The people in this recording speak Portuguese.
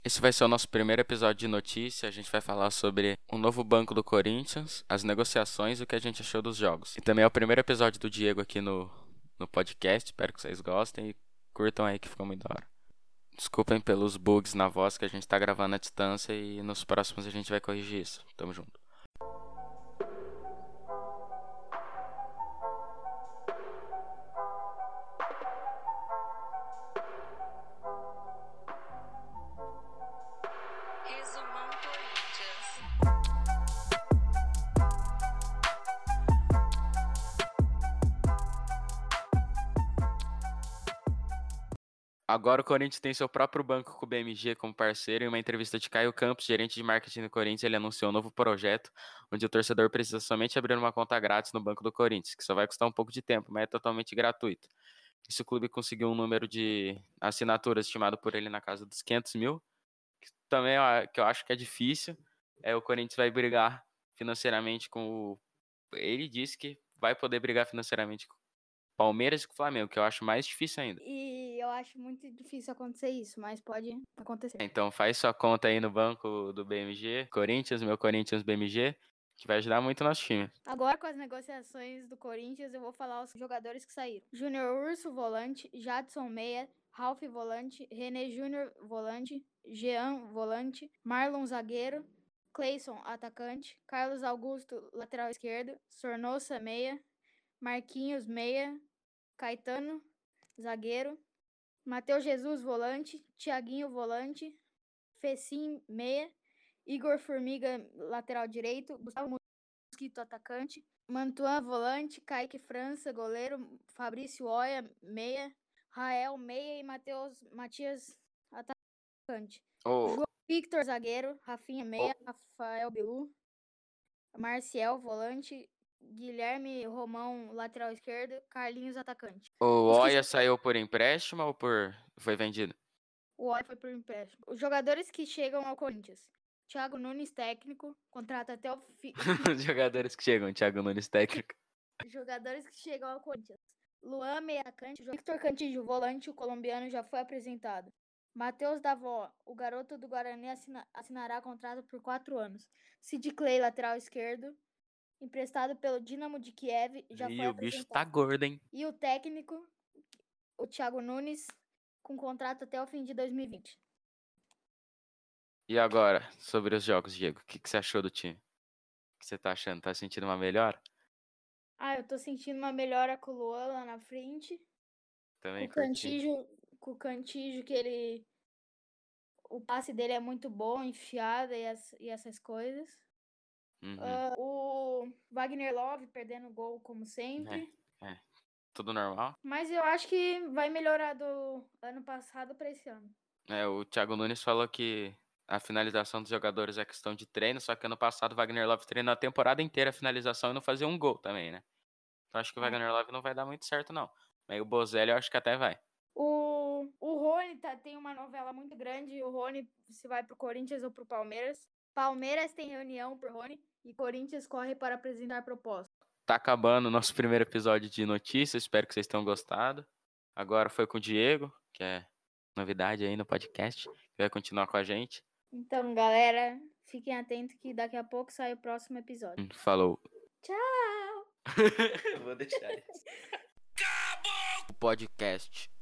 Esse vai ser o nosso primeiro episódio de notícia. A gente vai falar sobre o novo banco do Corinthians, as negociações e o que a gente achou dos jogos. E também é o primeiro episódio do Diego aqui no podcast. Espero que vocês gostem e curtam aí que ficou muito da hora. Desculpem pelos bugs na voz que a gente tá gravando à distância e nos próximos a gente vai corrigir isso. Tamo junto. Resumão Corinthians. Agora o Corinthians tem seu próprio banco com o BMG como parceiro. Em uma entrevista de Caio Campos, gerente de marketing do Corinthians, ele anunciou um novo projeto onde o torcedor precisa somente abrir uma conta grátis no banco do Corinthians, que só vai custar um pouco de tempo, mas é totalmente gratuito. E se o clube conseguiu um número de assinaturas estimado por ele na casa dos 500 mil, que também que eu acho que é difícil, o Corinthians vai brigar financeiramente com o... Ele disse que vai poder brigar financeiramente com o Palmeiras e com o Flamengo, que eu acho mais difícil ainda. E eu acho muito difícil acontecer isso, mas pode acontecer. Então faz sua conta aí no banco do BMG, Corinthians, meu Corinthians BMG, que vai ajudar muito o nosso time. Agora, com as negociações do Corinthians, eu vou falar os jogadores que saíram. Júnior Urso, volante. Jadson, meia. Ralf, volante. René Júnior, volante. Jean, volante. Marlon, zagueiro. Cleison, atacante. Carlos Augusto, lateral esquerdo. Sornosa, meia. Marquinhos, meia. Caetano, zagueiro. Matheus Jesus, volante. Thiaguinho, volante. Fecim, meia. Igor Formiga, lateral direito. Gustavo Mosquito, atacante. Mantuan, volante. Kaique França, goleiro. Fabrício Oia, meia. Rael, meia. E Matias, atacante. Ô, João Victor, zagueiro. Rafinha, meia. Rafael Bilu. Marcial, volante. Guilherme Romão, lateral esquerdo. Carlinhos, atacante. o Os que Oia saiu por empréstimo ou foi vendido? O Oia foi por empréstimo. Os jogadores que chegam ao Corinthians. Thiago Nunes, técnico, contrata até o fim. Os jogadores que chegam, Thiago Nunes técnico. Jogadores que chegam ao Corinthians. Luan, meia atacante. Victor Cantillo, volante, o colombiano já foi apresentado. Matheus Davó, o garoto do Guarani, assinará contrato por 4 anos. Sid Clay, lateral esquerdo, emprestado pelo Dinamo de Kiev, já foi E o bicho tá apresentado. gordo, hein? E o técnico, o Thiago Nunes, com contrato até o fim de 2020. E agora, sobre os jogos, Diego, o que você achou do time? O que você tá achando? Tá sentindo uma melhora? Eu tô sentindo uma melhora com o Luan lá na frente. Também curti. Com o Cantígio, que ele... O passe dele é muito bom, enfiada e essas coisas. Uhum. O Wagner Love perdendo gol, como sempre. É, tudo normal. Mas eu acho que vai melhorar do ano passado pra esse ano. O Thiago Nunes falou que a finalização dos jogadores é questão de treino, só que ano passado o Wagner Love treinou a temporada inteira a finalização e não fazia um gol também, né? Então acho que o Wagner Love não vai dar muito certo, não. Mas o Bozelli eu acho que até vai. O Rony tem uma novela muito grande. O Rony se vai pro Corinthians ou pro Palmeiras. Palmeiras tem reunião pro Rony e Corinthians corre para apresentar proposta. Tá acabando o nosso primeiro episódio de notícias, espero que vocês tenham gostado. Agora foi com o Diego, que é novidade aí no podcast, que vai continuar com a gente. Então, galera, fiquem atentos que daqui a pouco sai o próximo episódio. Falou. Tchau! Vou deixar isso. O podcast